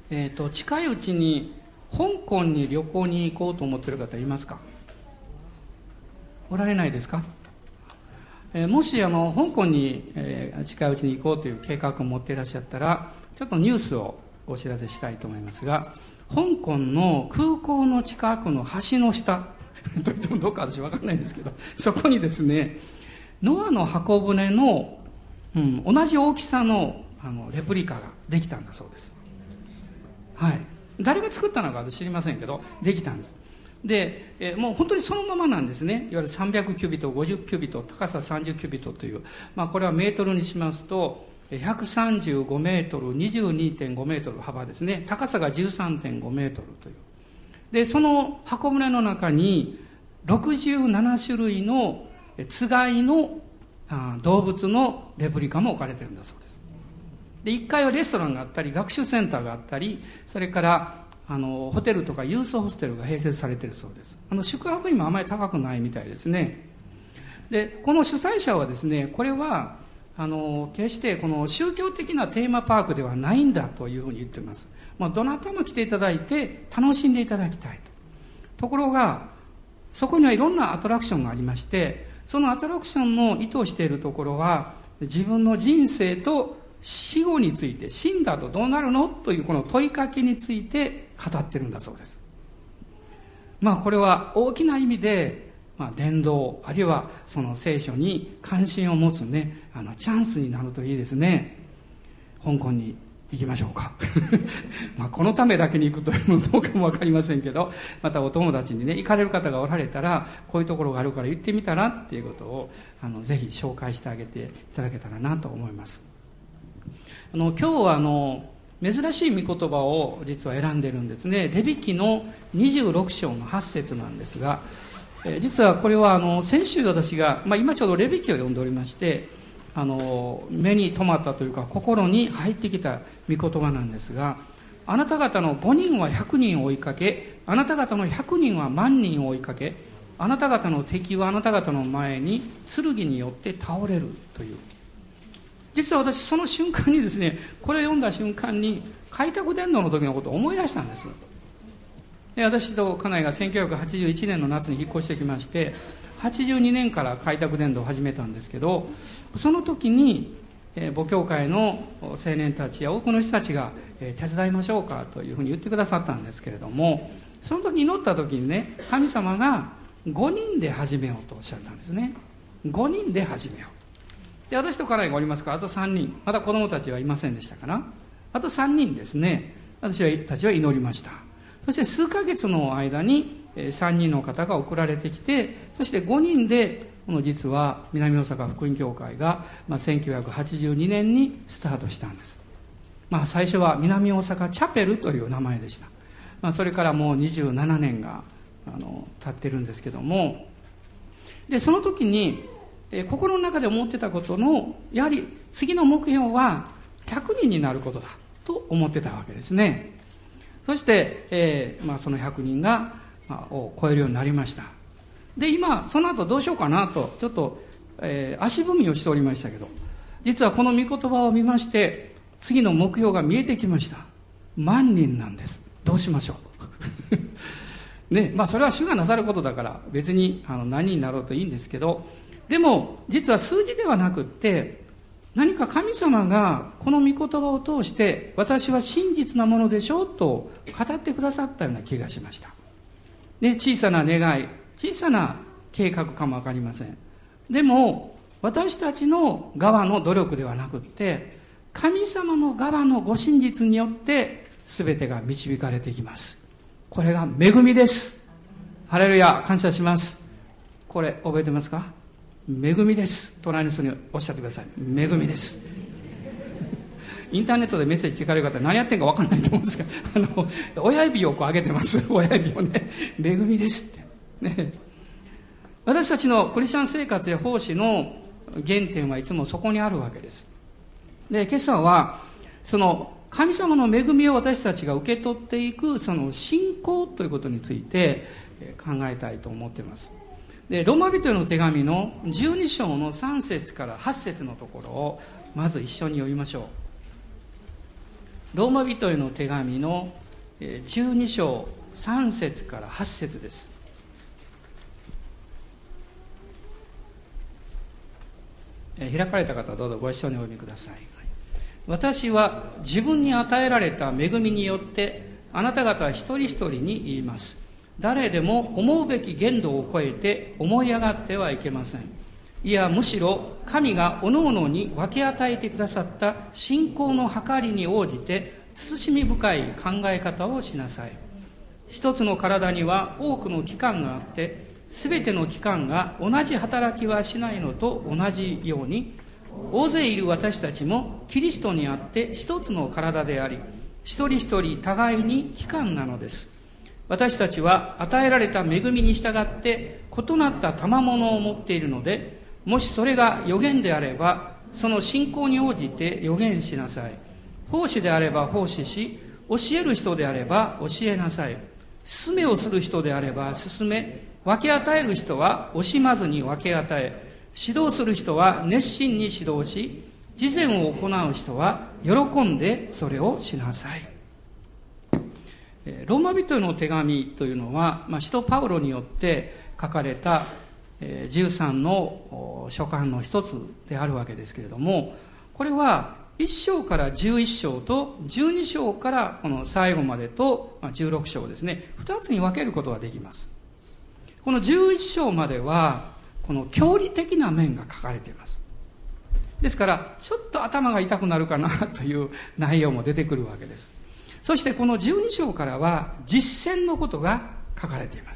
近いうちに香港に旅行に行こうと思っている方いますか？おられないですか？もし香港に、近いうちに行こうという計画を持っていらっしゃったら、ちょっとニュースをお知らせしたいと思いますが、香港の空港の近くの橋の下といってもどうか私分かんないんですけど、そこにですね、ノアの箱舟の、同じ大きさのレプリカができたんだそうです。はい。誰が作ったのか私知りませんけど、できたんです。で、もう本当にそのままなんですね。いわゆる300キュビット、50キュビット、高さ30キュビットという、これはメートルにしますと、135メートル、22.5 メートル幅ですね。高さが 13.5 メートルという。で、その箱舟の中に、67種類のつがいの動物のレプリカも置かれてるんだそうです。で、1階はレストランがあったり、学習センターがあったり、それからホテルとかユースホステルが併設されているそうです。宿泊費もあまり高くないみたいですね。で、この主催者はですね、これは決してこの宗教的なテーマパークではないんだというふうに言っています。どなたも来ていただいて楽しんでいただきたいと。ところがそこにはいろんなアトラクションがありまして、そのアトラクションの意図しているところは、自分の人生と死後について、死んだとどうなるのというこの問いかけについて語ってるんだそうです。これは大きな意味で、伝道あるいはその聖書に関心を持つね、チャンスになるといいですね。香港に行きましょうかこのためだけに行くというのどうかもわかりませんけど、またお友達にね、行かれる方がおられたら、こういうところがあるから行ってみたらっていうことをぜひ紹介してあげていただけたらなと思います。今日は珍しい御言葉を実は選んでるんですね。レビ記の26章の8節なんですが、実はこれは先週私が、今ちょうどレビ記を読んでおりまして、目に留まったというか心に入ってきた御言葉なんですが、あなた方の5人は100人を追いかけ、あなた方の100人は万人を追いかけ、あなた方の敵はあなた方の前に剣によって倒れるという。実は私その瞬間にですね、これを読んだ瞬間に開拓伝道の時のことを思い出したんです。で、私と家内が1981年の夏に引っ越してきまして、82年から開拓伝道を始めたんですけど、その時に母教会の青年たちや多くの人たちが手伝いましょうかというふうに言ってくださったんですけれども、その時祈った時にね、神様が5人で始めようとおっしゃったんですね。5人で始めよう。で、私と家内がおりますから、あと3人、まだ子供たちはいませんでしたから、あと3人ですね、私たちは祈りました。そして数ヶ月の間に3人の方が送られてきて、そして5人でこの実は南大阪福音教会が1982年にスタートしたんです。最初は南大阪チャペルという名前でした。それからもう27年が経ってるんですけども、でその時に心の中で思ってたことのやはり次の目標は100人になることだと思ってたわけですね。そして、その100人が、を超えるようになりました。で、今その後どうしようかなとちょっと、足踏みをしておりましたけど、実はこの御言葉を見まして次の目標が見えてきました。万人なんです。どうしましょうね、それは主がなさることだから別に何人になろうといいんですけど、でも実は数字ではなくって何か神様がこの御言葉を通して私は真実なものでしょうと語ってくださったような気がしました。ね、小さな願い、小さな計画かもわかりません。でも私たちの側の努力ではなくって神様の側のご真実によって全てが導かれていきます。これが恵みです。ハレルヤ、感謝します。これ覚えてますか？恵みです。隣の人におっしゃってください。恵みです。インターネットでメッセージ聞かれる方何やってんか分からないと思うんですが、親指をこう上げてます。親指をね、恵みですってね。私たちのクリスチャン生活や奉仕の原点はいつもそこにあるわけです。で、今朝はその神様の恵みを私たちが受け取っていくその信仰ということについて考えたいと思っています。で、ローマ人への手紙の12章の3節から8節のところをまず一緒に読みましょう。 ローマ人への手紙の12章3節から8節です。開かれた方はどうぞご一緒にお読みください。私は自分に与えられた恵みによってあなた方一人一人に言います。誰でも思うべき限度を超えて思い上がってはいけません。いやむしろ神がおのおのに分け与えてくださった信仰の計りに応じて慎み深い考え方をしなさい。一つの体には多くの器官があってすべての器官が同じ働きはしないのと同じように、大勢いる私たちもキリストにあって一つの体であり、一人一人互いに器官なのです。私たちは与えられた恵みに従って異なった賜物を持っているので、もしそれが預言であればその信仰に応じて預言しなさい。奉仕であれば奉仕し、教える人であれば教えなさい。勧めをする人であれば勧め、分け与える人は惜しまずに分け与え、指導する人は熱心に指導し、慈善を行う人は喜んでそれをしなさい。ローマ人への手紙というのは、使徒パウロによって書かれた13の書簡の一つであるわけですけれども、これは1章から11章と12章からこの最後までと16章ですね、2つに分けることができます。この11章まではこの教理的な面が書かれています。ですからちょっと頭が痛くなるかなという内容も出てくるわけです。そしてこの12章からは実践のことが書かれています。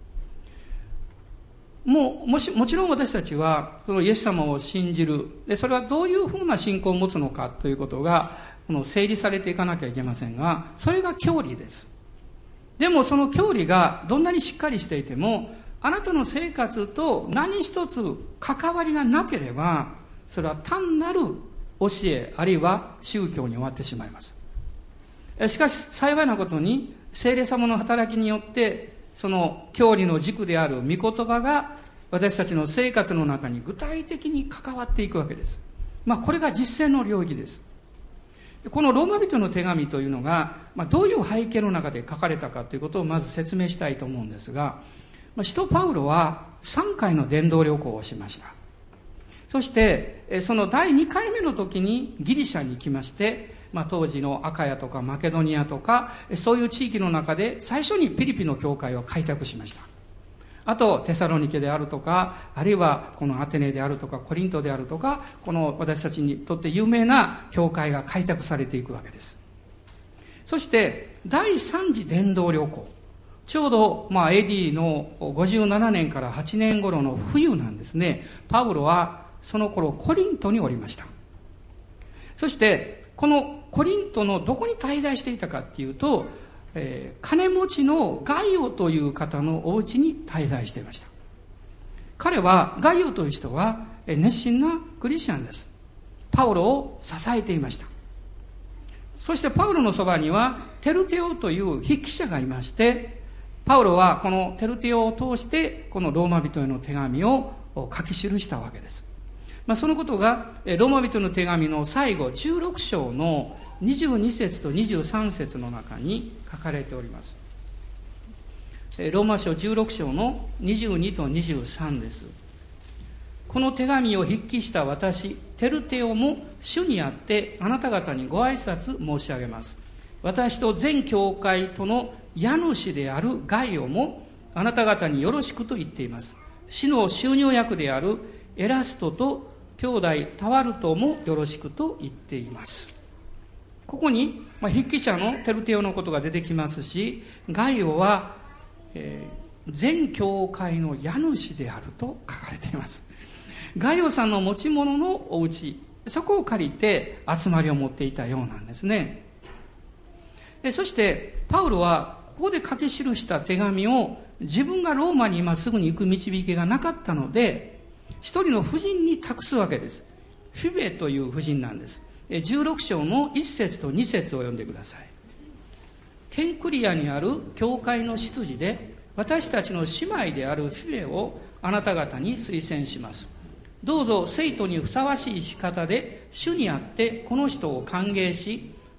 もちろん私たちはそのイエス様を信じる。で、それはどういうふうな信仰を持つのかということがこの整理されていかなきゃいけませんが、それが教理です。でもその教理がどんなにしっかりしていても、あなたの生活と何一つ関わりがなければ、それは単なる教えあるいは宗教に終わってしまいます。しかし幸いなことに聖霊様の働きによってその教理の軸である御言葉が私たちの生活の中に具体的に関わっていくわけです。これが実践の領域です。このローマ人の手紙というのが、どういう背景の中で書かれたかということをまず説明したいと思うんですが、使徒パウロは3回の伝道旅行をしました。そしてその第2回目の時にギリシャに行きまして、当時のアカヤとかマケドニアとかそういう地域の中で最初にピリピの教会を開拓しました。あとテサロニケであるとか、あるいはこのアテネであるとかコリントであるとか、この私たちにとって有名な教会が開拓されていくわけです。そして第3次伝道旅行、ちょうどAD の57年から8年頃の冬なんですね。パウロはその頃コリントにおりました。そしてこのコリントのどこに滞在していたかっていうと、金持ちのガイオという方のお家に滞在していました。彼はガイオという人は熱心なクリスチャンです。パウロを支えていました。そしてパウロのそばにはテルテオという筆記者がいまして、パウロはこのテルテオを通してこのローマ人への手紙を書き記したわけです。そのことがローマ人の手紙の最後16章の22節と23節の中に書かれております。ローマ書16章の22と23です。この手紙を筆記した私テルテオも主にあってあなた方にご挨拶申し上げます。私と全教会との家主であるガイオもあなた方によろしくと言っています。死の収入役であるエラストと兄弟タワルトもよろしくと言っています。ここに筆記者のテルテオのことが出てきますし、ガイオは、全教会の家主であると書かれています。ガイオさんの持ち物のお家、そこを借りて集まりを持っていたようなんですね。そしてパウロはここで書き記した手紙を自分がローマに今すぐに行く導きがなかったので、一人の婦人に託すわけです。フィベという婦人なんです。16章の1節と2節を読んでください。ケンクリアにある教会の執事で私たちの姉妹であるフィベをあなた方に推薦します。どうぞ生徒にふさわしい仕方で主にあってこの人を歓迎し、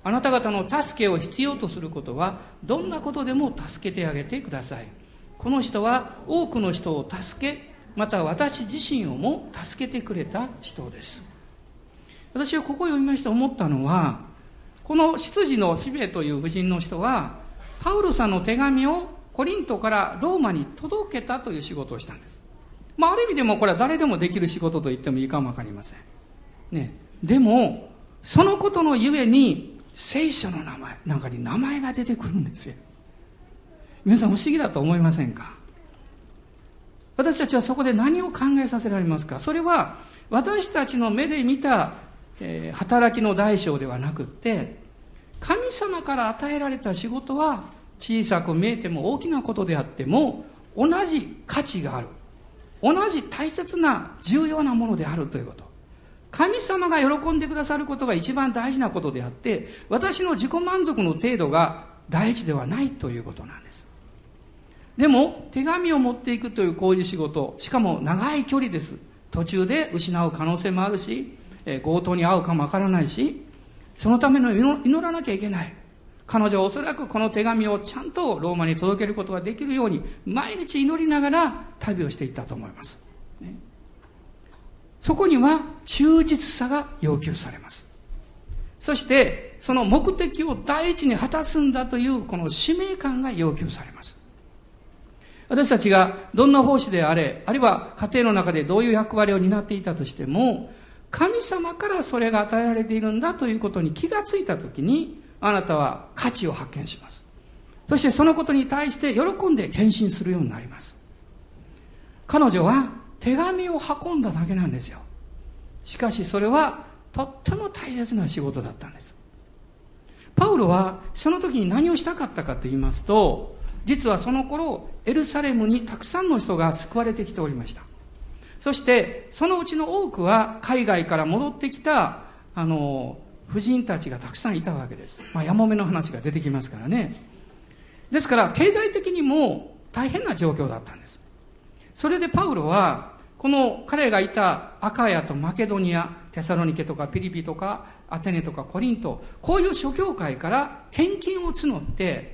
あなた方の助けを必要とすることはどんなことでも助けてあげてください。この人は多くの人を助け、また私自身をも助けてくれた人です。私はここを読みまして思ったのは、この執事のフィベという婦人の人はパウロさんの手紙をコリントからローマに届けたという仕事をしたんです。ある意味でもこれは誰でもできる仕事と言ってもいいかもわかりませんね。でもそのことのゆえに聖書の中に名前が出てくるんですよ。皆さん不思議だと思いませんか？私たちはそこで何を考えさせられますか？それは私たちの目で見た、働きの大小ではなくって、神様から与えられた仕事は小さく見えても大きなことであっても同じ価値がある、同じ大切な重要なものであるということ。神様が喜んでくださることが一番大事なことであって、私の自己満足の程度が第一ではないということなんです。でも手紙を持っていくというこういう仕事、しかも長い距離です。途中で失う可能性もあるし、強盗に遭うかもわからないし、そのための祈らなきゃいけない。彼女はおそらくこの手紙をちゃんとローマに届けることができるように毎日祈りながら旅をしていったと思います、ね。そこには忠実さが要求されます。そしてその目的を第一に果たすんだというこの使命感が要求されます。私たちがどんな奉仕であれ、あるいは家庭の中でどういう役割を担っていたとしても、神様からそれが与えられているんだということに気がついたときに、あなたは価値を発見します。そしてそのことに対して喜んで献身するようになります。彼女は手紙を運んだだけなんですよ。しかしそれはとっても大切な仕事だったんです。パウロはその時に何をしたかったかと言いますと、実はその頃エルサレムにたくさんの人が救われてきておりました。そしてそのうちの多くは海外から戻ってきた婦人たちがたくさんいたわけです。やもめの話が出てきますからね。ですから経済的にも大変な状況だったんです。それでパウロはこの彼がいたアカヤとマケドニア、テサロニケとかピリピとかアテネとかコリント、こういう諸教会から献金を募って、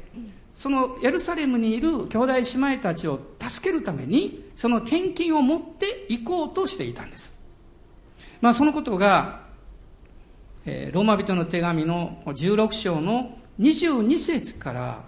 そのエルサレムにいる兄弟姉妹たちを助けるためにその献金を持って行こうとしていたんです。そのことがローマ人の手紙の16章の22節から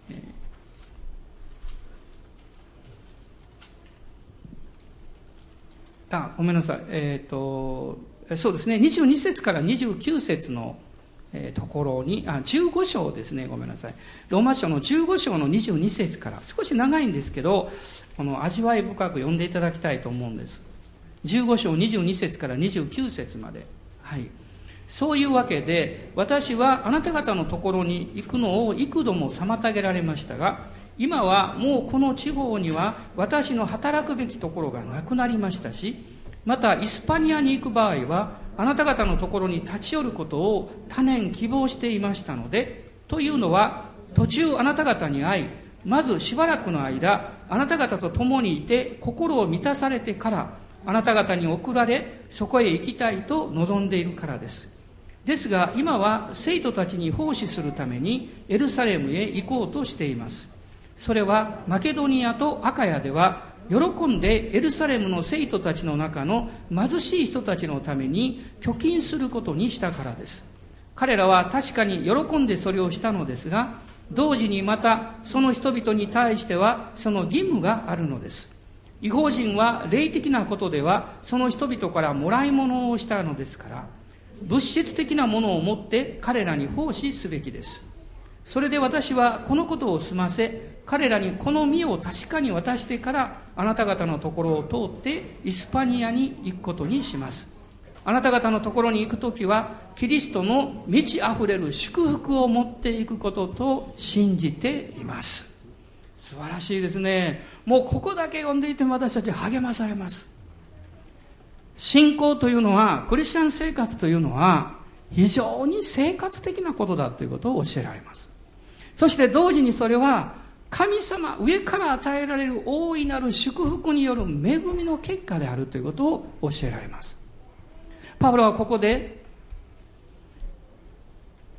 ごめんなさい。そうですね。22節から29節のところに、15章ですね。ごめんなさい。ローマ書の15章の22節から、少し長いんですけど、味わい深く読んでいただきたいと思うんです。15章22節から29節まで。はい。そういうわけで、私はあなた方のところに行くのを幾度も妨げられましたが、今はもうこの地方には私の働くべきところがなくなりましたし、またイスパニアに行く場合はあなた方のところに立ち寄ることを多年希望していましたので、というのは途中あなた方に会い、まずしばらくの間あなた方と共にいて心を満たされてからあなた方に送られ、そこへ行きたいと望んでいるからです。ですが今は生徒たちに奉仕するためにエルサレムへ行こうとしています。それはマケドニアとアカヤでは喜んでエルサレムの生徒たちの中の貧しい人たちのために貯金することにしたからです。彼らは確かに喜んでそれをしたのですが、同時にまたその人々に対してはその義務があるのです。異邦人は霊的なことではその人々からもらい物をしたのですから、物質的なものを持って彼らに奉仕すべきです。それで私はこのことを済ませ、彼らにこの実を確かに渡してからあなた方のところを通ってイスパニアに行くことにします。あなた方のところに行くときはキリストの満ち溢れる祝福を持っていくことと信じています。素晴らしいですね。もうここだけ読んでいても私たち励まされます。信仰というのは、クリスチャン生活というのは非常に生活的なことだということを教えられます。そして同時にそれは神様、上から与えられる大いなる祝福による恵みの結果であるということを教えられます。パウロはここで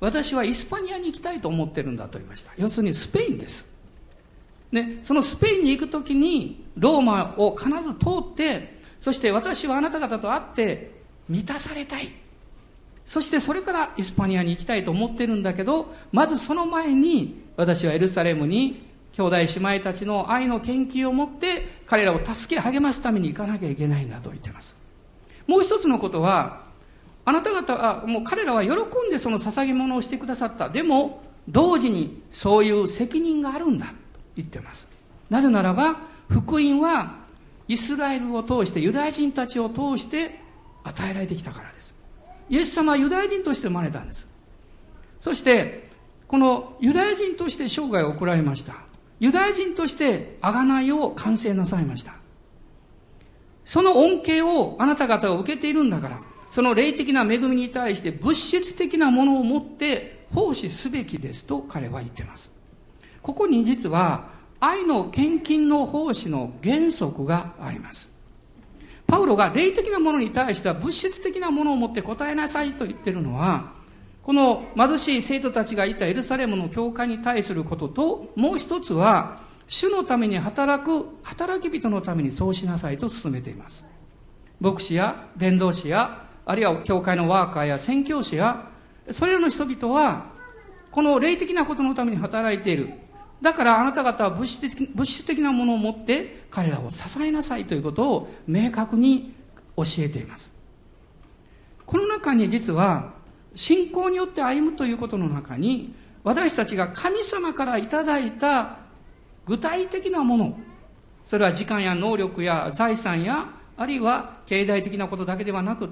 私はイスパニアに行きたいと思ってるんだと言いました。要するにスペインです。ね、そのスペインに行くときにローマを必ず通って、そして私はあなた方と会って満たされたい。そしてそれからイスパニアに行きたいと思ってるんだけど、まずその前に私はエルサレムに兄弟姉妹たちの愛の献金を持って彼らを助け励ますために行かなきゃいけないんだと言っています。もう一つのことは、あなた方はもう彼らは喜んでその捧げ物をしてくださった。でも同時にそういう責任があるんだと言っています。なぜならば福音はイスラエルを通してユダヤ人たちを通して与えられてきたからです。イエス様はユダヤ人として生まれたんです。そしてこのユダヤ人として生涯を送られました。ユダヤ人として贖いを完成なさいました。その恩恵をあなた方が受けているんだから、その霊的な恵みに対して物質的なものを持って奉仕すべきですと彼は言っています。ここに実は愛の献金の奉仕の原則があります。パウロが霊的なものに対しては物質的なものを持って答えなさいと言っているのは、この貧しい生徒たちがいたエルサレムの教会に対することと、もう一つは主のために働く働き人のためにそうしなさいと進めています。牧師や伝道師や、あるいは教会のワーカーや宣教師や、それらの人々はこの霊的なことのために働いている。だからあなた方は物質的なものを持って彼らを支えなさいということを明確に教えています。この中に実は信仰によって歩むということの中に、私たちが神様からいただいた具体的なもの、それは時間や能力や財産や、あるいは経済的なことだけではなくって、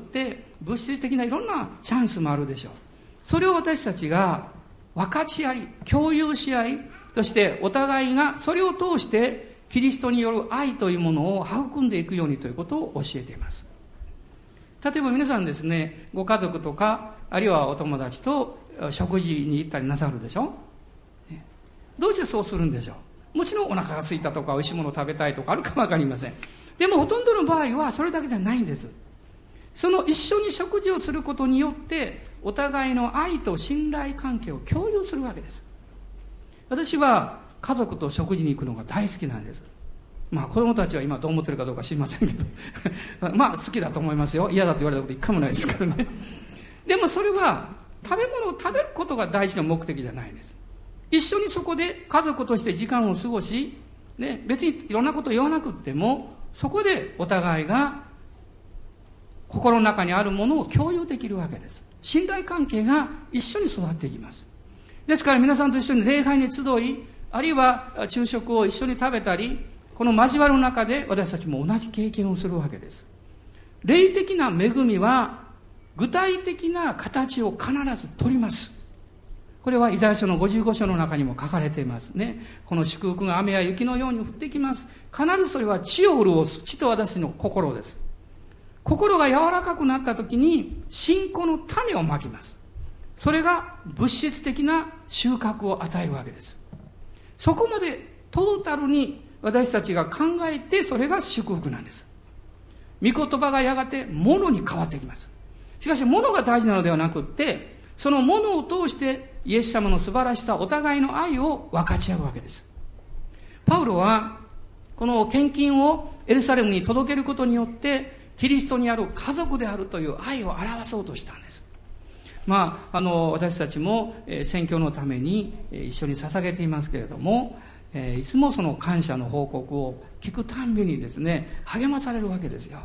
物質的ないろんなチャンスもあるでしょう。それを私たちが分かち合い、共有し合い、そしてお互いがそれを通してキリストによる愛というものを育んでいくようにということを教えています。例えば皆さんですね、ご家族とかあるいはお友達と食事に行ったりなさるでしょ。どうしてそうするんでしょう。もちろんお腹が空いたとかおいしいものを食べたいとかあるかもわかりません。でもほとんどの場合はそれだけじゃないんです。その一緒に食事をすることによってお互いの愛と信頼関係を共有するわけです。私は家族と食事に行くのが大好きなんです。まあ子供たちは今どう思ってるかどうか知りませんけどまあ好きだと思いますよ。嫌だと言われたこと一回もないですからね。でもそれは食べ物を食べることが大事な目的じゃないんです。一緒にそこで家族として時間を過ごし、ね、別にいろんなことを言わなくってもそこでお互いが心の中にあるものを共有できるわけです。信頼関係が一緒に育っていきます。ですから皆さんと一緒に礼拝に集い、あるいは昼食を一緒に食べたり、この交わる中で私たちも同じ経験をするわけです。霊的な恵みは具体的な形を必ず取ります。これはイザヤ書の55章の中にも書かれていますね。この祝福が雨や雪のように降ってきます。必ずそれは地を潤す、地と私の心です。心が柔らかくなった時に信仰の種をまきます。それが物質的な収穫を与えるわけです。そこまでトータルに私たちが考えて、それが祝福なんです。御言葉がやがて物に変わってきます。しかし物が大事なのではなくって、その物を通してイエス様の素晴らしさ、お互いの愛を分かち合うわけです。パウロはこの献金をエルサレムに届けることによってキリストにある家族であるという愛を表そうとしたんです。私たちも宣教のために一緒に捧げていますけれども、いつもその感謝の報告を聞くたんびにですね、励まされるわけですよ。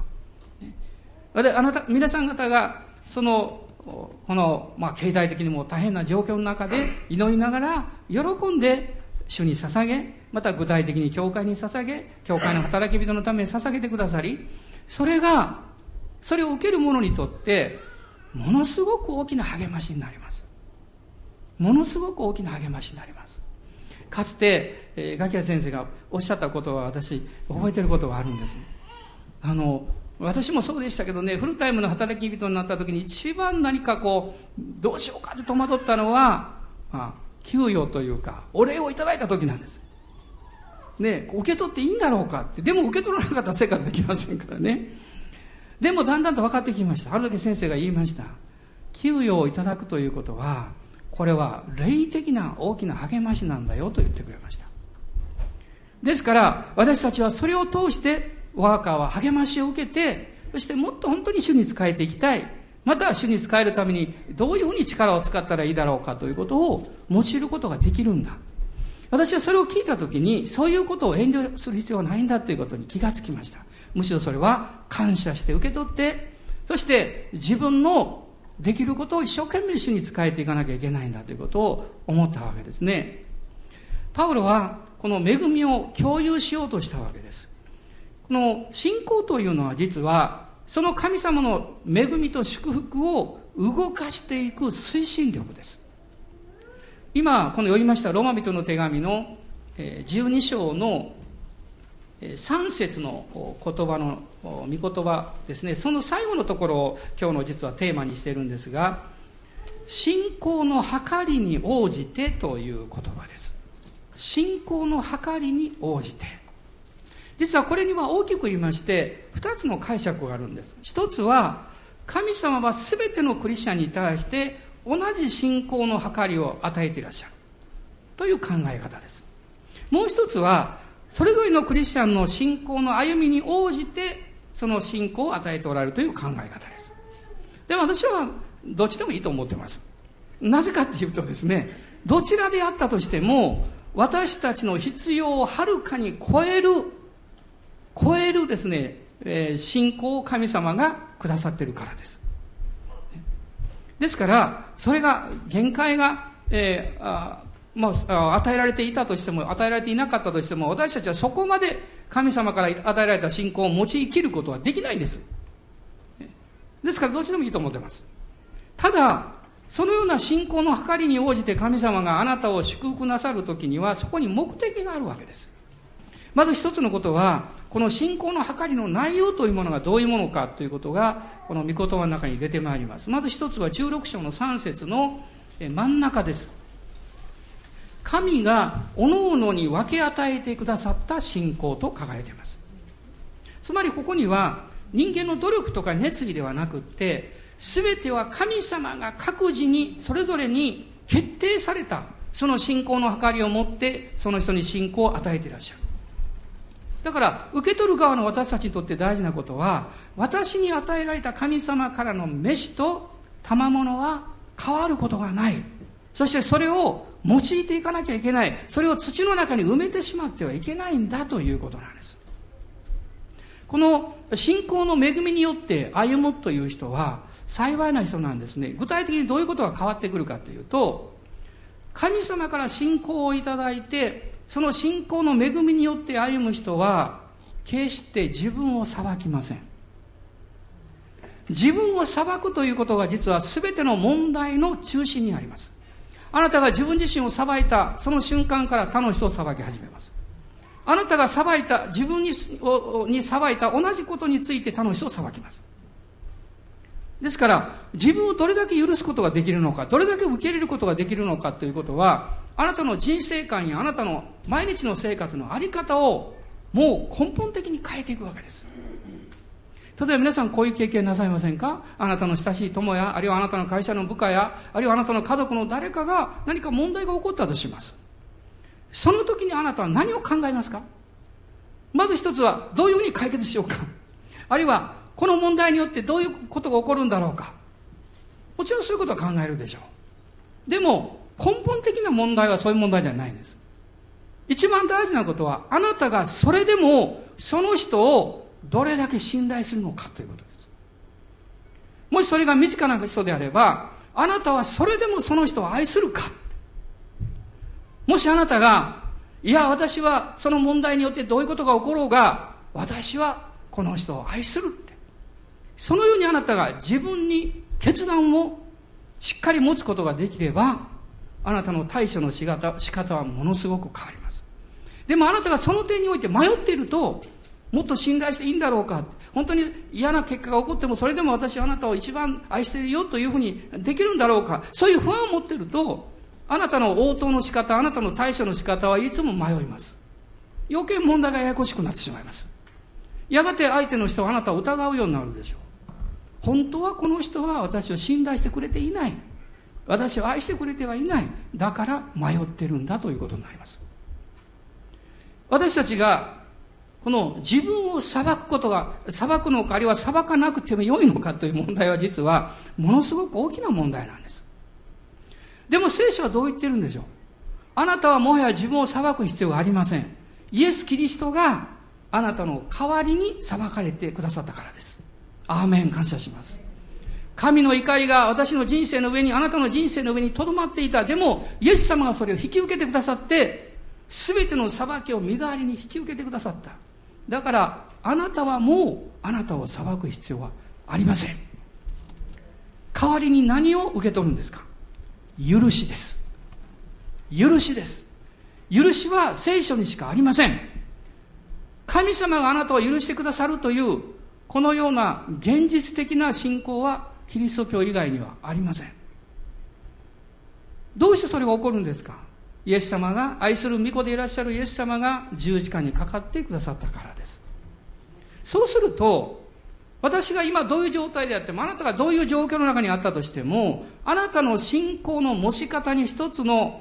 皆さん方がこの経済的にも大変な状況の中で祈りながら喜んで主に捧げ、また具体的に教会に捧げ、教会の働き人のために捧げてくださり、それを受ける者にとってものすごく大きな励ましになります。ものすごく大きな励ましになります。かつてガキヤ先生がおっしゃったことは私覚えてることがあるんです。私もそうでしたけどね、フルタイムの働き人になった時に一番何かどうしようかって戸惑ったのは、給与というかお礼をいただいた時なんです。ね、受け取っていいんだろうかって。でも受け取らなかったら生活できませんからね。でもだんだんと分かってきました。ある時先生が言いました。給与をいただくということはこれは霊的な大きな励ましなんだよと言ってくれました。ですから私たちはそれを通してワーカーは励ましを受けて、そしてもっと本当に主に仕えていきたい、また主に仕えるためにどういうふうに力を使ったらいいだろうかということを用いることができるんだ。私はそれを聞いたときに、そういうことを遠慮する必要はないんだということに気がつきました。むしろそれは感謝して受け取って、そして自分のできることを一生懸命主に仕えていかなきゃいけないんだということを思ったわけですね。パウロはこの恵みを共有しようとしたわけです。この信仰というのは実はその神様の恵みと祝福を動かしていく推進力です。今この読みましたローマ人の手紙の12章の3節の言葉の御言葉ですね、その最後のところを今日の実はテーマにしているんですが、信仰の計りに応じてという言葉です。信仰の計りに応じて、実はこれには大きく言いまして2つの解釈があるんです。一つは神様は全てのクリスチャンに対して同じ信仰の計りを与えていらっしゃるという考え方です。もう一つはそれぞれのクリスチャンの信仰の歩みに応じてその信仰を与えておられるという考え方です。でも私はどっちでもいいと思ってます。なぜかっていうとですね、どちらであったとしても私たちの必要をはるかに超えるですね、信仰を神様がくださっているからです。ですからそれが限界が、与えられていたとしても与えられていなかったとしても、私たちはそこまで神様から与えられた信仰を用い切ることはできないんです。ですからどっちでもいいと思ってます。ただそのような信仰の計りに応じて神様があなたを祝福なさるときにはそこに目的があるわけです。まず一つのことはこの信仰の計りの内容というものがどういうものかということがこの御言葉の中に出てまいります。まず一つは16章の3節の真ん中です。神が各々に分け与えてくださった信仰と書かれています。つまりここには人間の努力とか熱意ではなくって、全ては神様が各自にそれぞれに決定されたその信仰の計りを持ってその人に信仰を与えていらっしゃる。だから受け取る側の私たちにとって大事なことは、私に与えられた神様からの飯と賜物は変わることがない。そしてそれを用いていかなきゃいけない。それを土の中に埋めてしまってはいけないんだということなんです。この信仰の恵みによって歩むという人は幸いな人なんですね。具体的にどういうことが変わってくるかというと、神様から信仰をいただいてその信仰の恵みによって歩む人は決して自分を裁きません。自分を裁くということが実は全ての問題の中心にあります。あなたが自分自身を裁いたその瞬間から他の人を裁き始めます。あなたが裁いた自分に裁いた同じことについて他の人を裁きます。ですから自分をどれだけ許すことができるのか、どれだけ受け入れることができるのかということは、あなたの人生観やあなたの毎日の生活の在り方をもう根本的に変えていくわけです。例えば皆さんこういう経験なさいませんか？あなたの親しい友や、あるいはあなたの会社の部下や、あるいはあなたの家族の誰かが何か問題が起こったとします。その時にあなたは何を考えますか？まず一つはどういうふうに解決しようか、あるいはこの問題によってどういうことが起こるんだろうか。もちろんそういうことは考えるでしょう。でも根本的な問題はそういう問題ではないんです。一番大事なことはあなたがそれでもその人をどれだけ信頼するのかということです。もしそれが身近な人であれば、あなたはそれでもその人を愛するか。もしあなたがいや私はその問題によってどういうことが起ころうが私はこの人を愛するって、そのようにあなたが自分に決断をしっかり持つことができれば、あなたの対処の仕方はものすごく変わります。でもあなたがその点において迷っていると、もっと信頼していいんだろうか、本当に嫌な結果が起こってもそれでも私はあなたを一番愛しているよというふうにできるんだろうか、そういう不安を持っていると、あなたの応答の仕方、あなたの対処の仕方はいつも迷います。余計問題がややこしくなってしまいます。やがて相手の人はあなたを疑うようになるでしょう。本当はこの人は私を信頼してくれていない。 私を愛してくれてはいない。だから迷ってるんだということになります。私たちがこの自分を裁くことが、裁くのかあるいは裁かなくても良いのかという問題は実はものすごく大きな問題なんです。でも聖書はどう言ってるんでしょう。あなたはもはや自分を裁く必要がありません。イエス・キリストがあなたの代わりに裁かれてくださったからです。アーメン、感謝します。神の怒りが私の人生の上に、あなたの人生の上に留まっていた。でもイエス様がそれを引き受けてくださって、すべての裁きを身代わりに引き受けてくださった。だからあなたはもうあなたを裁く必要はありません。代わりに何を受け取るんですか。許しです。許しです。許しは聖書にしかありません。神様があなたを許してくださるというこのような現実的な信仰はキリスト教以外にはありません。どうしてそれが起こるんですか。イエス様が、愛する御子でいらっしゃるイエス様が十字架にかかってくださったからです。そうすると、私が今どういう状態であっても、あなたがどういう状況の中にあったとしても、あなたの信仰の持ち方に一つの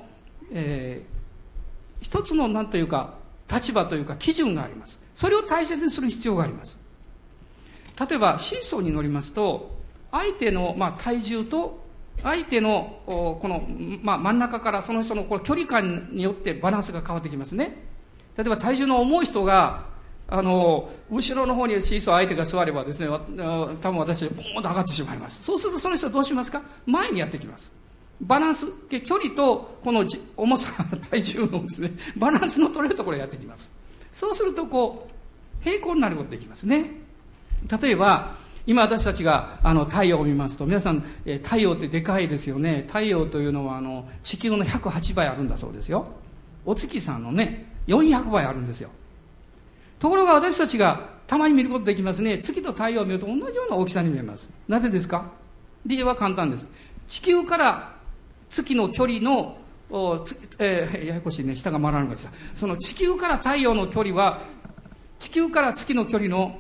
何というか、立場というか基準があります。それを大切にする必要があります。例えばシーソーに乗りますと、相手の体重と相手のこの真ん中からその人のこの距離感によってバランスが変わってきますね。例えば体重の重い人が後ろの方にシーソー相手が座ればですね、多分私はボーンと上がってしまいます。そうするとその人はどうしますか。前にやってきます。バランス、距離とこの重さ、体重のですね、バランスの取れるところにやってきます。そうすると平行になることができますね。例えば今私たちが太陽を見ますと、皆さん、太陽ってでかいですよね。太陽というのは地球の108倍あるんだそうですよ。お月さんのね400倍あるんですよ。ところが私たちがたまに見ることできますね。月と太陽を見ると同じような大きさに見えます。なぜですか。理由は簡単です。地球から月の距離のややこしいね、下が回らないんですが、その地球から太陽の距離は地球から月の距離の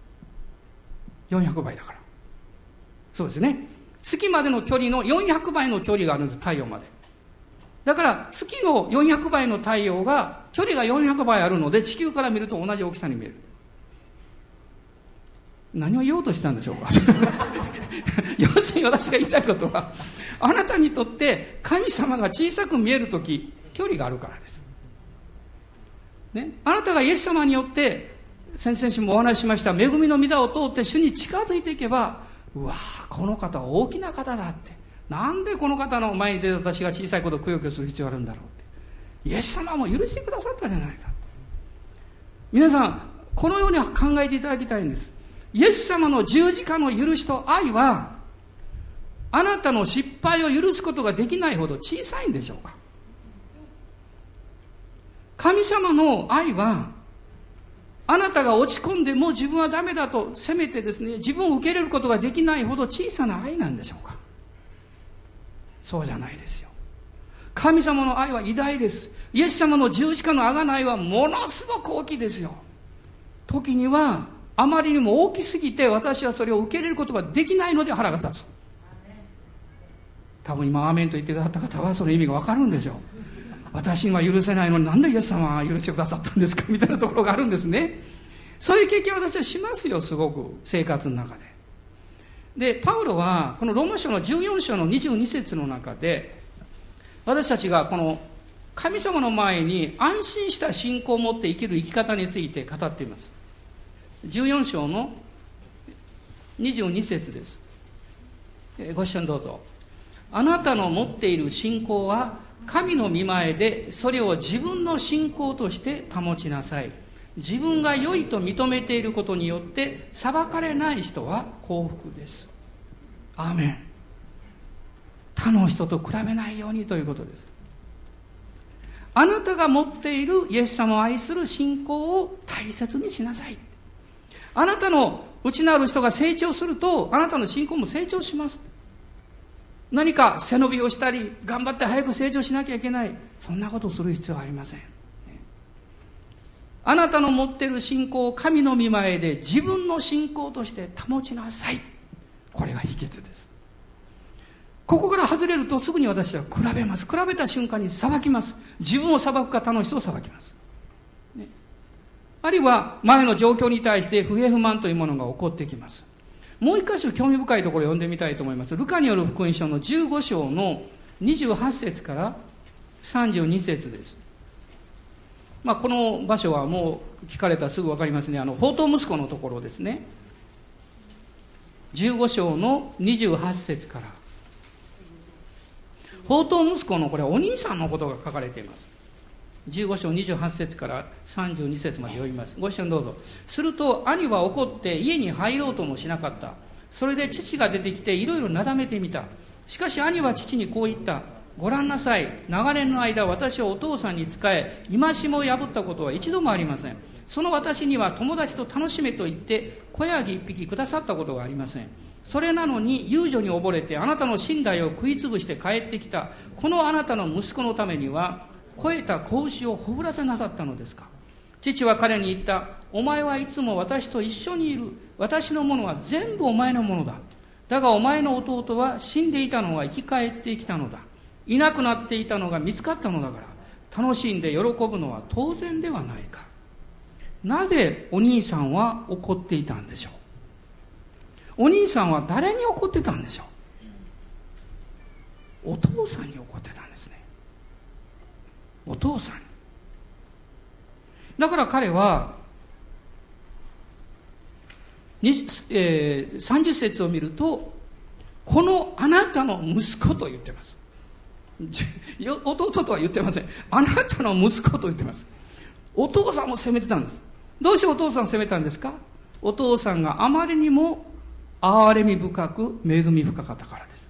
400倍だから。そうですね。月までの距離の400倍の距離があるんです、太陽まで。だから月の400倍の太陽が、距離が400倍あるので、地球から見ると同じ大きさに見える。何を言おうとしたんでしょうか。要するに私が言いたいことは、あなたにとって神様が小さく見えるとき、距離があるからです。ね、あなたがイエス様によって、先々週もお話ししました、恵みの御座を通って主に近づいていけば、うわぁ、この方は大きな方だって。なんでこの方の前に出て私が小さいことをくよくよする必要があるんだろうって。イエス様も許してくださったじゃないか。皆さん、このように考えていただきたいんです。イエス様の十字架の許しと愛は、あなたの失敗を許すことができないほど小さいんでしょうか。神様の愛は、あなたが落ち込んでも自分はダメだと責めてですね、自分を受け入れることができないほど小さな愛なんでしょうか。そうじゃないですよ。神様の愛は偉大です。イエス様の十字架の贖いはものすごく大きいですよ。時にはあまりにも大きすぎて私はそれを受け入れることができないので腹が立つ。多分今アーメンと言ってくださった方はその意味がわかるんでしょう。私には許せないのになんでイエス様は許してくださったんですかみたいなところがあるんですね。そういう経験を私はしますよ、すごく生活の中で。でパウロはこのローマ書の14章の22節の中で、私たちがこの神様の前に安心した信仰を持って生きる生き方について語っています。14章の22節です。ご一緒にどうぞ。あなたの持っている信仰は神の御前でそれを自分の信仰として保ちなさい。自分が良いと認めていることによって裁かれない人は幸福です。アーメン。他の人と比べないようにということです。あなたが持っているイエス様を愛する信仰を大切にしなさい。あなたの内なる人が成長すると、あなたの信仰も成長します。何か背伸びをしたり頑張って早く成長しなきゃいけない、そんなことをする必要はありません。あなたの持っている信仰を神の御前で自分の信仰として保ちなさい。これが秘訣です。 ここから外れるとすぐに私は比べます。比べた瞬間に裁きます。自分を裁くか他の人を裁きます。ね、あるいは前の状況に対して不平不満というものが起こってきます。もう一箇所興味深いところを読んでみたいと思います。ルカによる福音書の15章の28節から32節です。この場所はもう聞かれたらすぐ分かりますね。放蕩息子のところですね。15章の28節から。放蕩息子のこれはお兄さんのことが書かれています。15章28節から32節まで読みます。ご一緒にどうぞ。すると兄は怒って家に入ろうともしなかった。それで父が出てきていろいろなだめてみた。しかし兄は父にこう言った。ご覧なさい。長年の間私はお父さんに仕え、戒めを破ったことは一度もありません。その私には友達と楽しめと言って子ヤギ一匹くださったことがありません。それなのに遊女に溺れてあなたの身代を食いつぶして帰ってきたこのあなたの息子のためには肥えた子牛をほぐらせなさったのですか。父は彼に言った。お前はいつも私と一緒にいる。私のものは全部お前のものだ。だがお前の弟は死んでいたのが生き返ってきたのだ。いなくなっていたのが見つかったのだから楽しんで喜ぶのは当然ではないか。なぜお兄さんは怒っていたんでしょう。お兄さんは誰に怒ってたんでしょう。お父さんに怒ってたんですね。お父さんに。だから彼は30節を見るとこのあなたの息子と言ってます。弟とは言ってません。あなたの息子と言ってます。お父さんを責めてたんです。どうしてお父さんを責めたんですか。お父さんがあまりにも憐れみ深く恵み深かったからです。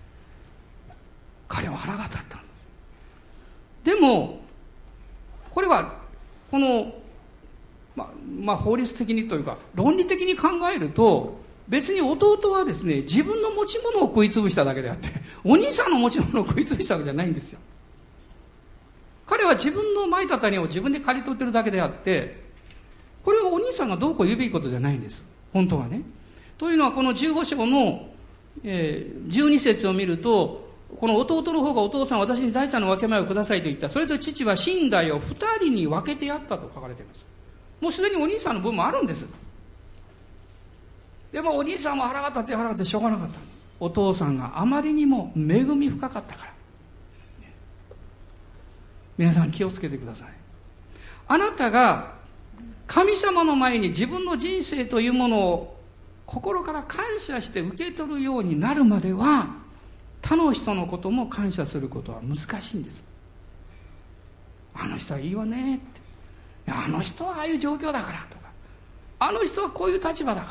彼は腹が立ったんです。でもこれはこの法律的にというか論理的に考えると別に弟はですね自分の持ち物を食いつぶしただけであってお兄さんの持ち物を食いつぶしたわけじゃないんですよ。彼は自分の蒔いた種を自分で刈り取ってるだけであってこれはお兄さんがどうこう言うべきことじゃないんです本当はね。というのはこの15章の、12節を見るとこの弟の方がお父さん私に財産の分け前をくださいと言った。それと父は身代を2人に分けてやったと書かれています。もうすでにお兄さんの分もあるんです。でもお兄さんは腹が立って腹が立ってしょうがなかった。お父さんがあまりにも恵み深かったから。皆さん気をつけてください。あなたが神様の前に自分の人生というものを心から感謝して受け取るようになるまでは他の人のことも感謝することは難しいんです。あの人はいいわねって、あの人はああいう状況だからとか、あの人はこういう立場だ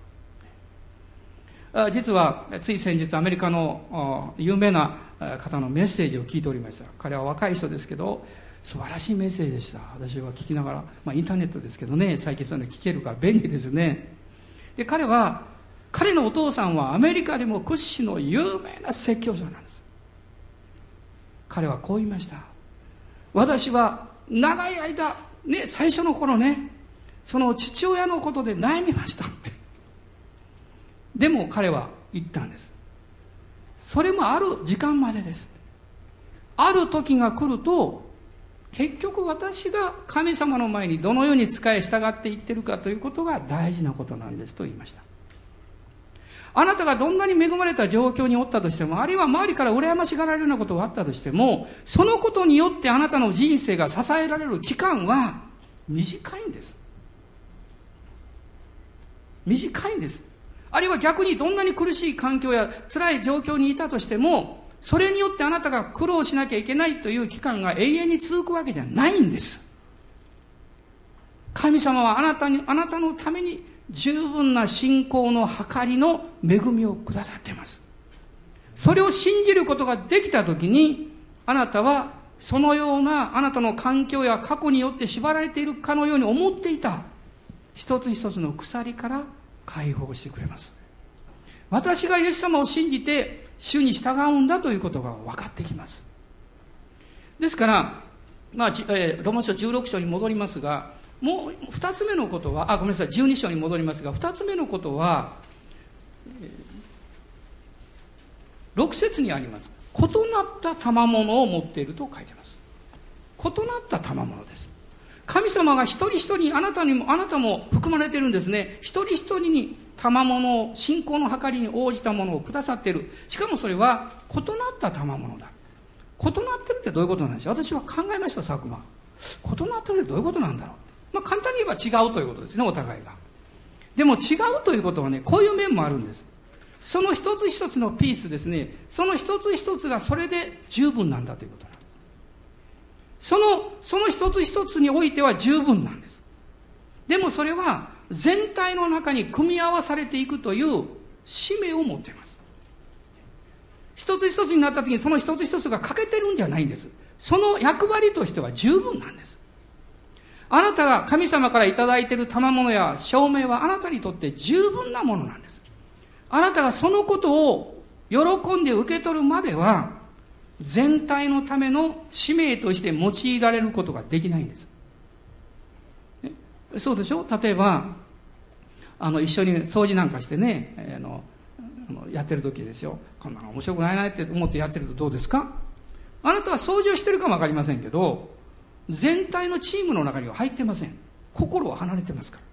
からって。実はつい先日アメリカの有名な方のメッセージを聞いておりました。彼は若い人ですけど素晴らしいメッセージでした。私は聞きながら、インターネットですけどね、最近そういうの聞けるから便利ですね。で彼のお父さんはアメリカでも屈指の有名な説教者なんです。彼はこう言いました。私は長い間最初の頃その父親のことで悩みましたってでも彼は言ったんです。それもある時間までです。ある時が来ると結局私が神様の前にどのように仕え従っていってるかということが大事なことなんですと言いました。あなたがどんなに恵まれた状況におったとしても、あるいは周りから羨ましがられるようなことがあったとしても、そのことによってあなたの人生が支えられる期間は短いんです。短いんです。あるいは逆にどんなに苦しい環境や辛い状況にいたとしても、それによってあなたが苦労しなきゃいけないという期間が永遠に続くわけじゃないんです。神様はあなたのために十分な信仰の計りの恵みをくださっています。それを信じることができたときに、あなたはそのようなあなたの環境や過去によって縛られているかのように思っていた一つ一つの鎖から解放してくれます。私がイエス様を信じて主に従うんだということが分かってきます。ですから、ローマ書16章に戻りますが、もう2つ目のことは、ごめんなさい、12章に戻りますが、2つ目のことは、 6節にあります。異なった賜物を持っていると書いてます。異なった賜物です。神様が一人一人に、あなたも含まれているんですね。一人一人に賜物を、信仰の計りに応じたものをくださっている。しかもそれは異なった賜物だ。異なってるってどういうことなんでしょう。私は考えました、佐久間。異なってるってどういうことなんだろう。簡単に言えば違うということですね、お互いが。でも違うということはね、こういう面もあるんです。その一つ一つのピースですね、その一つ一つがそれで十分なんだということなんです。その一つ一つにおいては十分なんです。でもそれは全体の中に組み合わされていくという使命を持っています。一つ一つになった時にその一つ一つが欠けてるんじゃないんです。その役割としては十分なんです。あなたが神様からいただいている賜物や証明はあなたにとって十分なものなんです。あなたがそのことを喜んで受け取るまでは全体のための使命として用いられることができないんです。そうでしょ。例えば一緒に掃除なんかしてね、やってる時ですよ。こんなの面白くないなって思ってやってるとどうですか。あなたは掃除をしてるかもわかりませんけど、全体のチームの中には入ってません。心は離れてますから。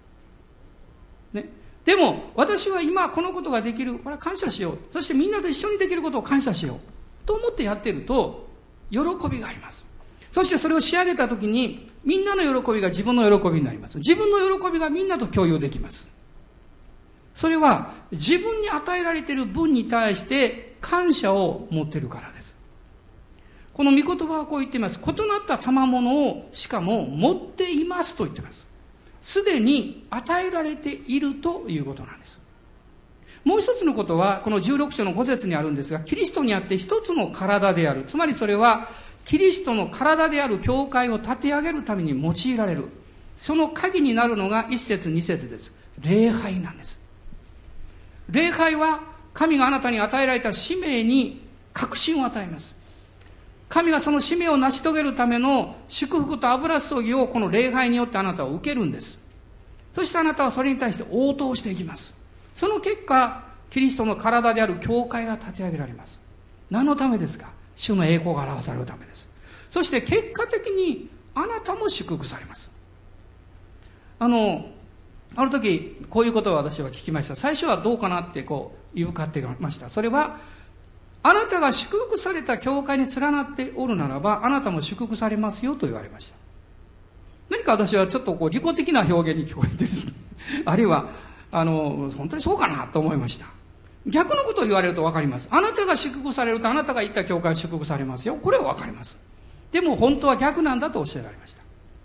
ね。でも、私は今このことができる。これは感謝しよう。そしてみんなと一緒にできることを感謝しよう。と思ってやってると、喜びがあります。そしてそれを仕上げたときに、みんなの喜びが自分の喜びになります。自分の喜びがみんなと共有できます。それは、自分に与えられている分に対して感謝を持っているからです。この御言葉はこう言っています。異なった賜物をしかも持っていますと言っています。すでに与えられているということなんです。もう一つのことは、この16章の5節にあるんですが、キリストにあって一つの体である。つまりそれは、キリストの体である教会を立て上げるために用いられる。その鍵になるのが1節2節です。礼拝なんです。礼拝は、神があなたに与えられた使命に確信を与えます。神がその使命を成し遂げるための祝福と油注ぎをこの礼拝によってあなたは受けるんです。そしてあなたはそれに対して応答していきます。その結果、キリストの体である教会が立て上げられます。何のためですか。主の栄光が表されるためです。そして結果的にあなたも祝福されます。あの時こういうことを私は聞きました。最初はどうかなって言うかってました。それはあなたが祝福された教会に連なっておるならばあなたも祝福されますよと言われました。何か私はちょっと利己的な表現に聞こえてですねあるいは本当にそうかなと思いました。逆のことを言われると分かります。あなたが祝福されるとあなたが行った教会は祝福されますよ。これは分かります。でも本当は逆なんだとおっしゃられました。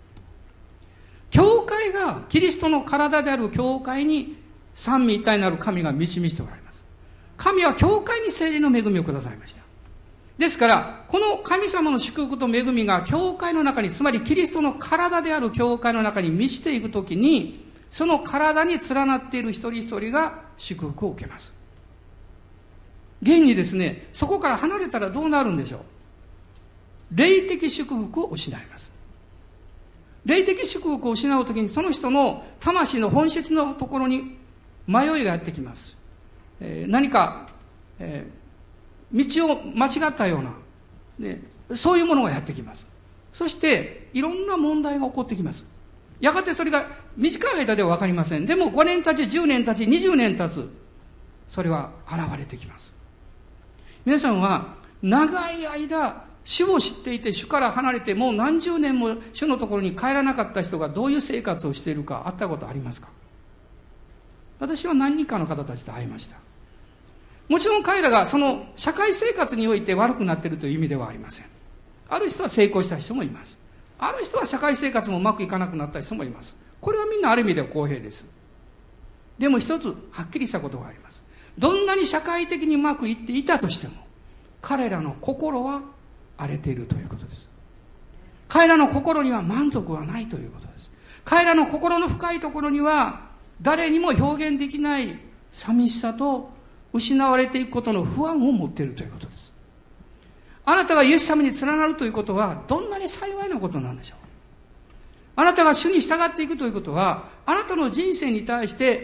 教会がキリストの体である教会に三位一体なる神が導いておられます。神は教会に聖霊の恵みをくださいました。ですからこの神様の祝福と恵みが教会の中に、つまりキリストの体である教会の中に満ちていくときに、その体に連なっている一人一人が祝福を受けます。現にですね、そこから離れたらどうなるんでしょう。霊的祝福を失います。霊的祝福を失うときに、その人の魂の本質のところに迷いがやってきます。何か、道を間違ったような、そういうものがやってきます。そしていろんな問題が起こってきます。やがてそれが短い間では分かりません。でも5年経ち10年経ち20年経つ、それは現れてきます。皆さんは長い間主を知っていて主から離れてもう何十年も主のところに帰らなかった人がどういう生活をしているか会ったことありますか。私は何人かの方たちと会いました。もちろん彼らがその社会生活において悪くなっているという意味ではありません。ある人は成功した人もいます。ある人は社会生活もうまくいかなくなった人もいます。これはみんなある意味では公平です。でも一つはっきりしたことがあります。どんなに社会的にうまくいっていたとしても、彼らの心は荒れているということです。彼らの心には満足はないということです。彼らの心の深いところには誰にも表現できない寂しさと失われていくことの不安を持っているということです。あなたがイエス様に連なるということはどんなに幸いなことなんでしょう。あなたが主に従っていくということは、あなたの人生に対して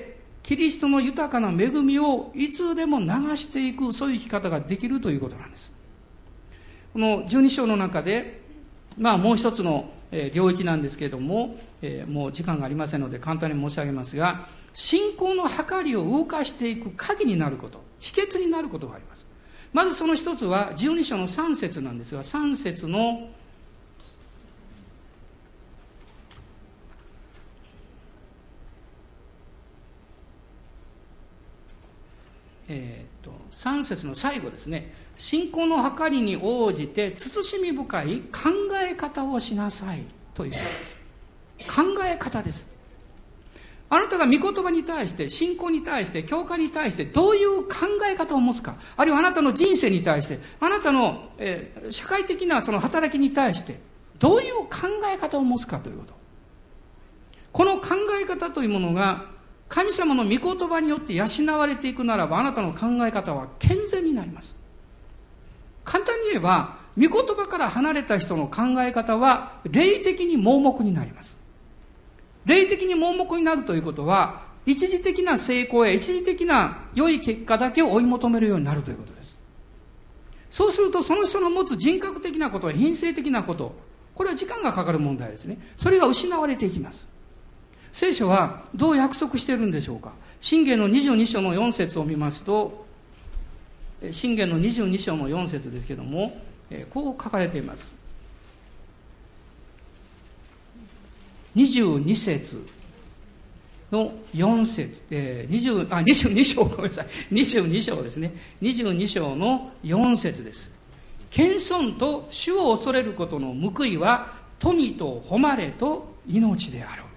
キリストの豊かな恵みをいつでも流していく、そういう生き方ができるということなんです。この12章の中で、もう一つの領域なんですけれども、もう時間がありませんので簡単に申し上げますが、信仰の計りを動かしていく鍵になること、秘訣になることがあります。まずその一つは12章の3節なんですが、3節の3節の最後ですね。信仰の計りに応じて慎み深い考え方をしなさいということです。考え方です。あなたが御言葉に対して、信仰に対して、教会に対してどういう考え方を持つか、あるいはあなたの人生に対して、あなたの、社会的なその働きに対してどういう考え方を持つかということ。この考え方というものが神様の御言葉によって養われていくならば、あなたの考え方は健全になります。簡単に言えば、御言葉から離れた人の考え方は霊的に盲目になります。霊的に盲目になるということは、一時的な成功や一時的な良い結果だけを追い求めるようになるということです。そうすると、その人の持つ人格的なこと、品性的なこと、これは時間がかかる問題ですね。それが失われていきます。聖書はどう約束しているんでしょうか。箴言の22章の4節を見ますと、箴言の22章の4節ですけども、こう書かれています。22節の4節、22章、ごめんなさい。22章ですね。22章の4節です。謙遜と主を恐れることの報いは、富と誉れと命である。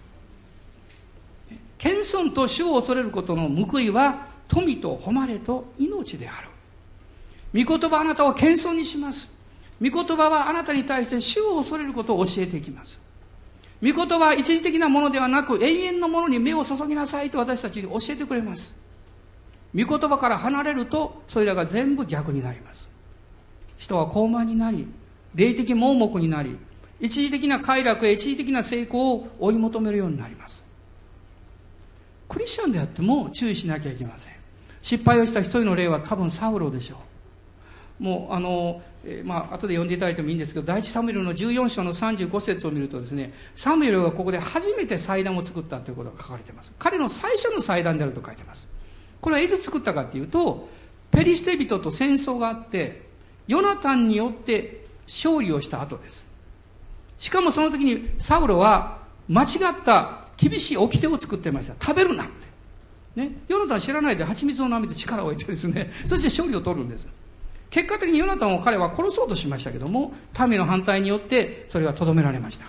謙遜と主を恐れることの報いは、富と誉れと命である。御言葉はあなたを謙遜にします。御言葉はあなたに対して主を恐れることを教えていきます。御言葉は一時的なものではなく、永遠のものに目を注ぎなさいと私たちに教えてくれます。御言葉から離れると、それらが全部逆になります。人は高慢になり、霊的盲目になり、一時的な快楽や一時的な成功を追い求めるようになります。クリスチャンであっても注意しなきゃいけません。失敗をした一人の例は多分サウロでしょう。もう後で読んでいただいてもいいんですけど、第一サムエルの14章の35節を見るとですね、サムエルがここで初めて祭壇を作ったということが書かれています。彼の最初の祭壇であると書いています。これはいつ作ったかというと、ペリシテ人と戦争があって、ヨナタンによって勝利をした後です。しかもその時にサウロは間違った厳しい掟を作ってました。食べるなって。ね。ヨナタン知らないで蜂蜜を舐めて力を得てですね、そして勝利を取るんです。結果的にヨナタンを彼は殺そうとしましたけども、民の反対によってそれがとどめられました。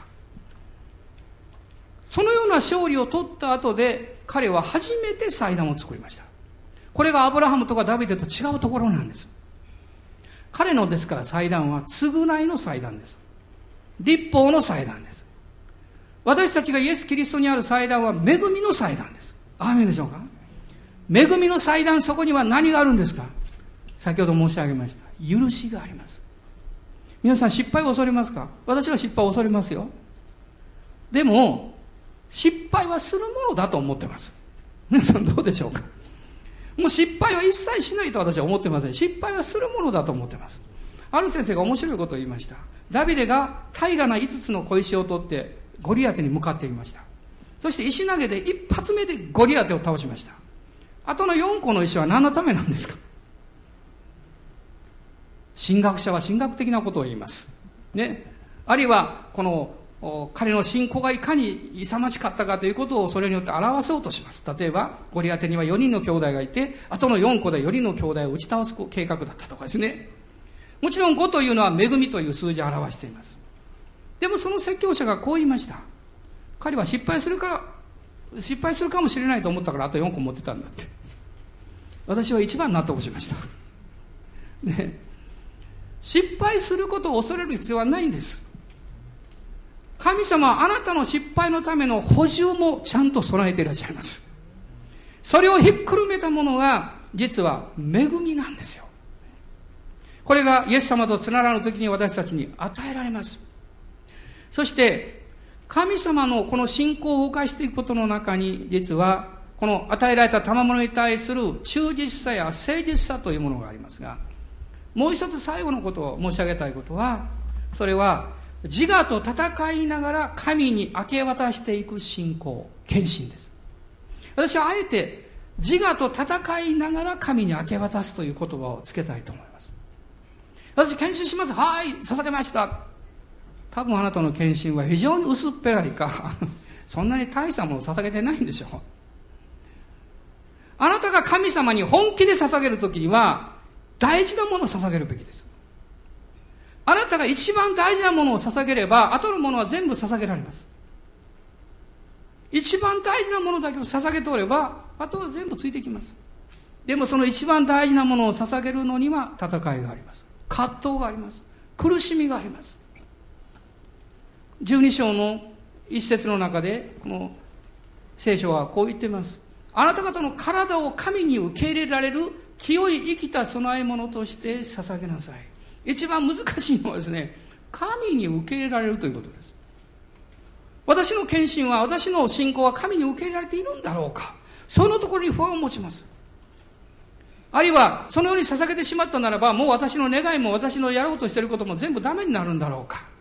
そのような勝利を取った後で、彼は初めて祭壇を作りました。これがアブラハムとかダビデと違うところなんです。彼のですから祭壇は償いの祭壇です。律法の祭壇です。私たちがイエス・キリストにある祭壇は恵みの祭壇です。アーメンでしょうか。恵みの祭壇、そこには何があるんですか。先ほど申し上げました許しがあります。皆さん失敗を恐れますか。私は失敗を恐れますよ。でも失敗はするものだと思ってます。皆さんどうでしょうか。もう失敗は一切しないと私は思ってません。失敗はするものだと思ってます。ある先生が面白いことを言いました。ダビデが平らな5つの小石を取ってゴリアテに向かっていました。そして石投げで一発目でゴリアテを倒しました。あとの4個の石は何のためなんですか。神学者は神学的なことを言います。ね。あるいは、この、彼の信仰がいかに勇ましかったかということをそれによって表そうとします。例えば、ゴリアテには4人の兄弟がいて、あとの4個で4人の兄弟を打ち倒す計画だったとかですね。もちろん5というのは恵みという数字を表しています。でもその説教者がこう言いました。彼は失敗するかもしれないと思ったからあと4個持ってたんだって。私は一番納得しました。ね。失敗することを恐れる必要はないんです。神様はあなたの失敗のための補充もちゃんと備えていらっしゃいます。それをひっくるめたものが実は恵みなんですよ。これがイエス様とつながるときに私たちに与えられます。そして神様のこの信仰を動かしていくことの中に実はこの与えられた賜物に対する忠実さや誠実さというものがありますが、もう一つ最後のことを申し上げたいことは、それは自我と戦いながら神に明け渡していく信仰、献身です。私はあえて自我と戦いながら神に明け渡すという言葉をつけたいと思います。私献身します。はい、捧げました。多分あなたの献身は非常に薄っぺらいかそんなに大したものを捧げてないんでしょう。あなたが神様に本気で捧げるときには大事なものを捧げるべきです。あなたが一番大事なものを捧げれば後のものは全部捧げられます。一番大事なものだけを捧げておれば後は全部ついてきます。でもその一番大事なものを捧げるのには戦いがあります。葛藤があります。苦しみがあります。12章の一節の中でこの聖書はこう言っています。あなた方の体を神に受け入れられる清い生きた供え物として捧げなさい。一番難しいのはですね、神に受け入れられるということです。私の献身は、私の信仰は神に受け入れられているんだろうか、そのところに不安を持ちます。あるいはそのように捧げてしまったならば、もう私の願いも私のやろうとしていることも全部ダメになるんだろうか。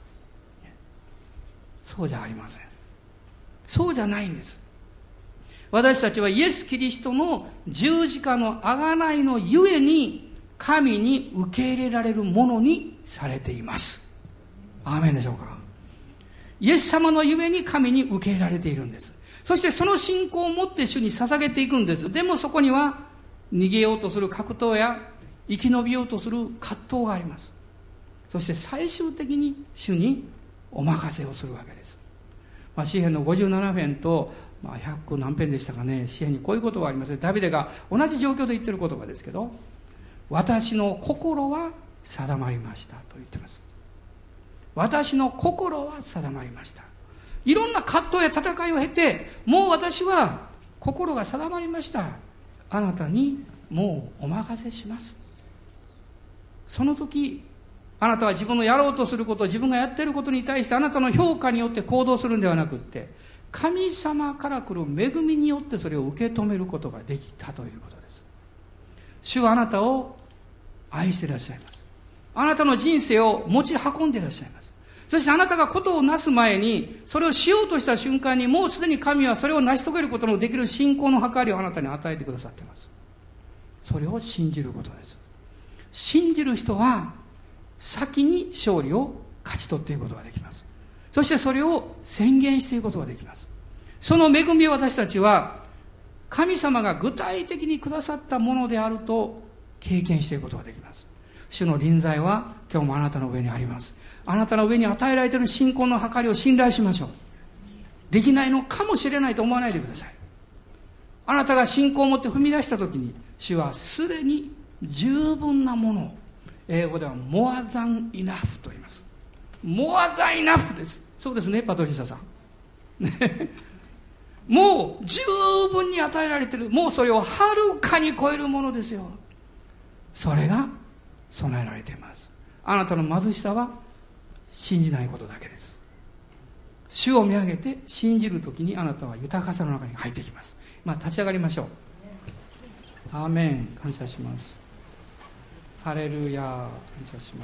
そうじゃありません。そうじゃないんです。私たちはイエス・キリストの十字架の贖いのゆえに神に受け入れられるものにされています。アーメンでしょうか。イエス様のゆえに神に受け入れられているんです。そしてその信仰を持って主に捧げていくんです。でもそこには逃げようとする格闘や生き延びようとする葛藤があります。そして最終的に主にお任せをするわけです。詩編の57編と100何編でしたかね、詩編にこういう言葉がありますね。ダビデが同じ状況で言ってる言葉ですけど、私の心は定まりましたと言ってます。私の心は定まりました。いろんな葛藤や戦いを経て、もう私は心が定まりました。あなたにもうお任せします。その時あなたは自分のやろうとすること、自分がやっていることに対してあなたの評価によって行動するんではなくって、神様から来る恵みによってそれを受け止めることができたということです。主はあなたを愛していらっしゃいます。あなたの人生を持ち運んでいらっしゃいます。そしてあなたがことをなす前に、それをしようとした瞬間にもうすでに神はそれを成し遂げることのできる信仰の計りをあなたに与えてくださっています。それを信じることです。信じる人は先に勝利を勝ち取っていくことができます。そしてそれを宣言していくことができます。その恵みを私たちは神様が具体的にくださったものであると経験していくことができます。主の臨在は今日もあなたの上にあります。あなたの上に与えられている信仰の計りを信頼しましょう。できないのかもしれないと思わないでください。あなたが信仰を持って踏み出したときに、主はすでに十分なものを、英語では more than enough と言います。more than enough です。そうですね、パトリシャさん。もう十分に与えられている。もうそれをはるかに超えるものですよ。それが備えられています。あなたの貧しさは信じないことだけです。主を見上げて信じるときにあなたは豊かさの中に入ってきます。立ち上がりましょう。アーメン。感謝します。ハレルヤ。感謝します。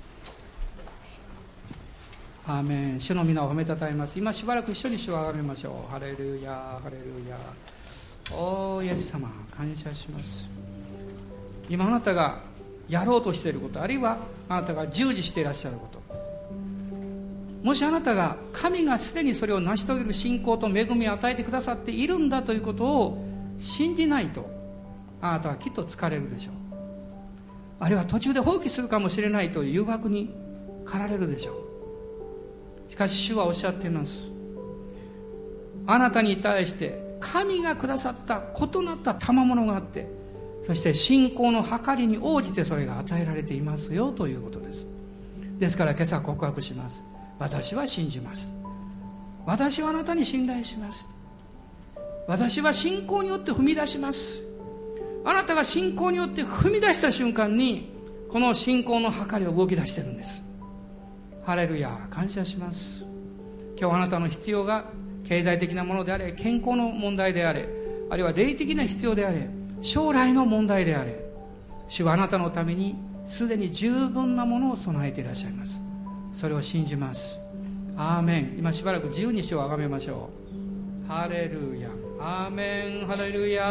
アーメン。主の皆を褒めたたえます。今しばらく一緒に主をあがめましょう。ハレルヤ、ハレルヤ。おーイエス様、感謝します。今あなたがやろうとしていること、あるいはあなたが従事していらっしゃること、もしあなたが神がすでにそれを成し遂げる信仰と恵みを与えてくださっているんだということを信じないと、あなたはきっと疲れるでしょう。あるいは途中で放棄するかもしれないという誘惑に駆られるでしょう。しかし主はおっしゃっています。あなたに対して神がくださった異なった賜物があって、そして信仰の計りに応じてそれが与えられていますよということです。ですから今朝告白します。私は信じます。私はあなたに信頼します。私は信仰によって踏み出します。あなたが信仰によって踏み出した瞬間にこの信仰の計りを動き出しているんです。ハレルヤ、感謝します。今日あなたの必要が経済的なものであれ、健康の問題であれ、 あるいは霊的な必要であれ、将来の問題であれ、主はあなたのためにすでに十分なものを備えていらっしゃいます。それを信じます。アーメン。今しばらく自由に主をあがめましょう。ハレルヤ、アーメン、ハレルヤ、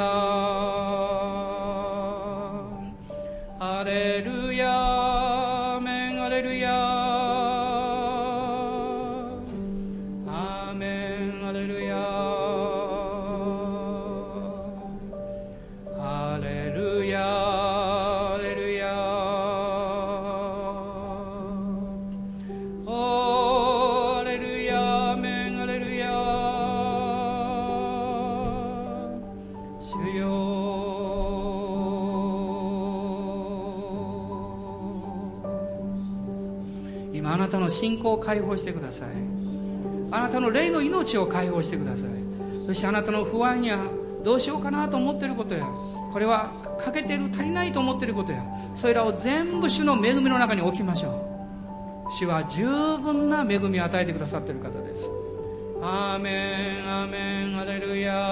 ハレルヤ、アーメン、ハレルヤ、アーメン、ハレルヤ、ハレルヤ、ハレルヤ、おー、ハレルヤ、アーメン、ハレルヤ、主よ、今あなたの信仰を解放してください。あなたの霊の命を解放してください。そしてあなたの不安やどうしようかなと思っていることや、これは欠けている、足りないと思っていることや、それらを全部主の恵みの中に置きましょう。主は十分な恵みを与えてくださっている方です。アーメン、アーメン、ハレルヤ、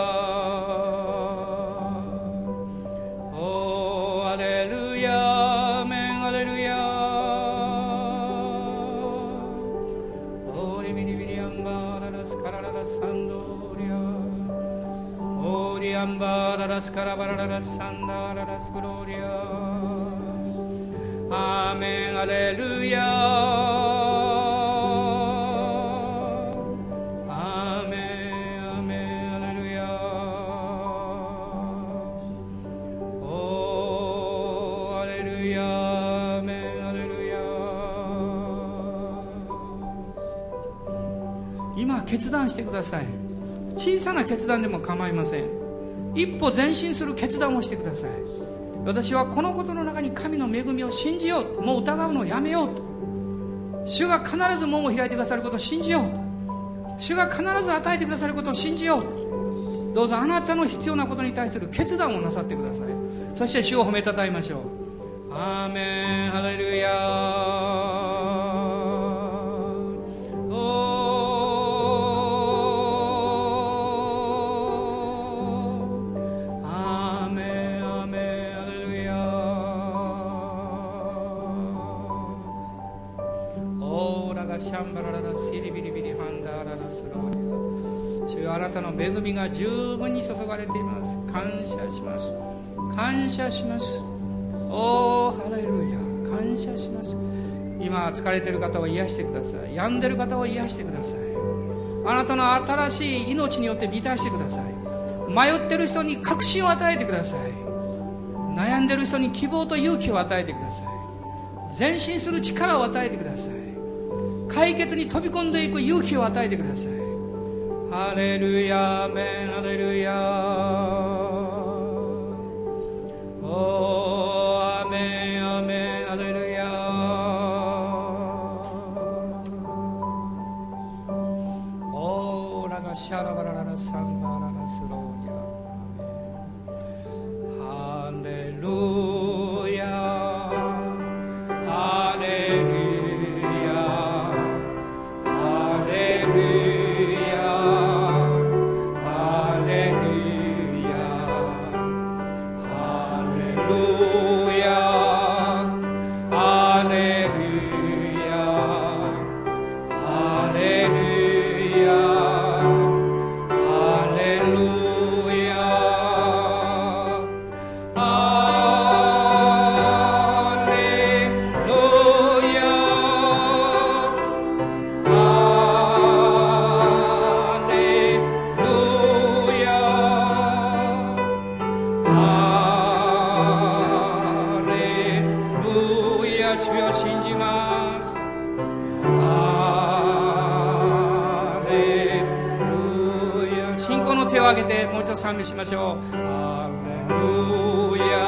おー、ハレルヤ、アーメン、ハレルヤ、オーリビリビリアンバーララスカラララサンドリア、オーリアンバーララスカラバラララサンダララスグローリア、アーメン、ハレルヤ、今決断してください。小さな決断でも構いません。一歩前進する決断をしてください。私はこのことの中に神の恵みを信じようと、もう疑うのをやめようと、主が必ず門を開いてくださることを信じようと、主が必ず与えてくださることを信じようと、どうぞあなたの必要なことに対する決断をなさってください。そして主を褒めたたえましょう。アーメン、ハレルヤ、シャンバラララシリビリビリハンダララスローリア、主よ、あなたの恵みが十分に注がれています。感謝します、感謝します。おー、ハレルヤ、感謝します。今疲れている方を癒してください。病んでいる方を癒してください。あなたの新しい命によって満たしてください。迷っている人に確信を与えてください。悩んでいる人に希望と勇気を与えてください。前進する力を与えてください。解決に飛び込んでいく勇気を与えてください。ハレルヤ、アメン、ハレルヤ、おー、アメン、アメン、ハレルヤ、オーラがシャラバラララサンバララスローヤ、ハレルヤ、ハレルヤ、賛美しましょう。ハレルヤ、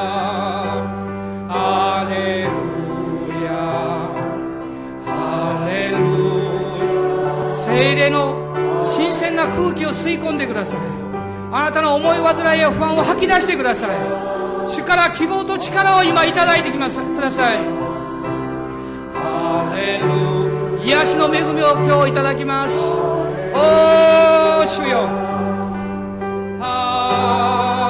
ハレルヤ、ハレルヤ。聖霊の新鮮な空気を吸い込んでください。あなたの思い煩いや不安を吐き出してください。主から希望と力を今いただいてください。ハレルヤ、癒しの恵みを今日いただきます。おー、主よ、ハ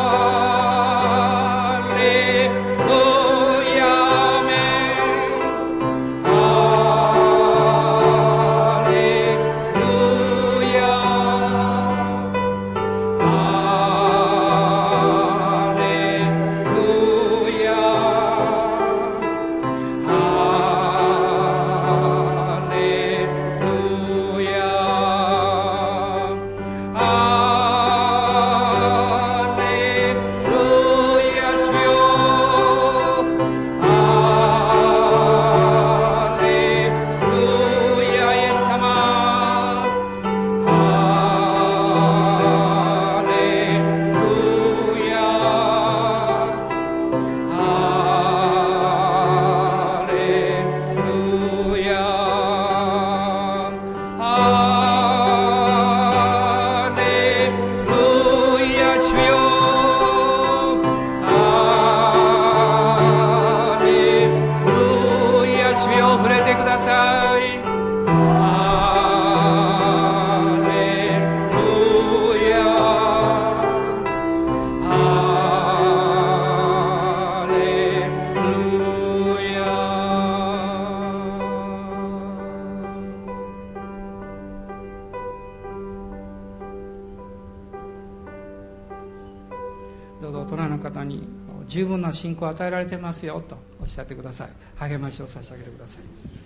と大人の方に十分な信仰を与えられてますよとおっしゃってください。励ましを差し上げてください。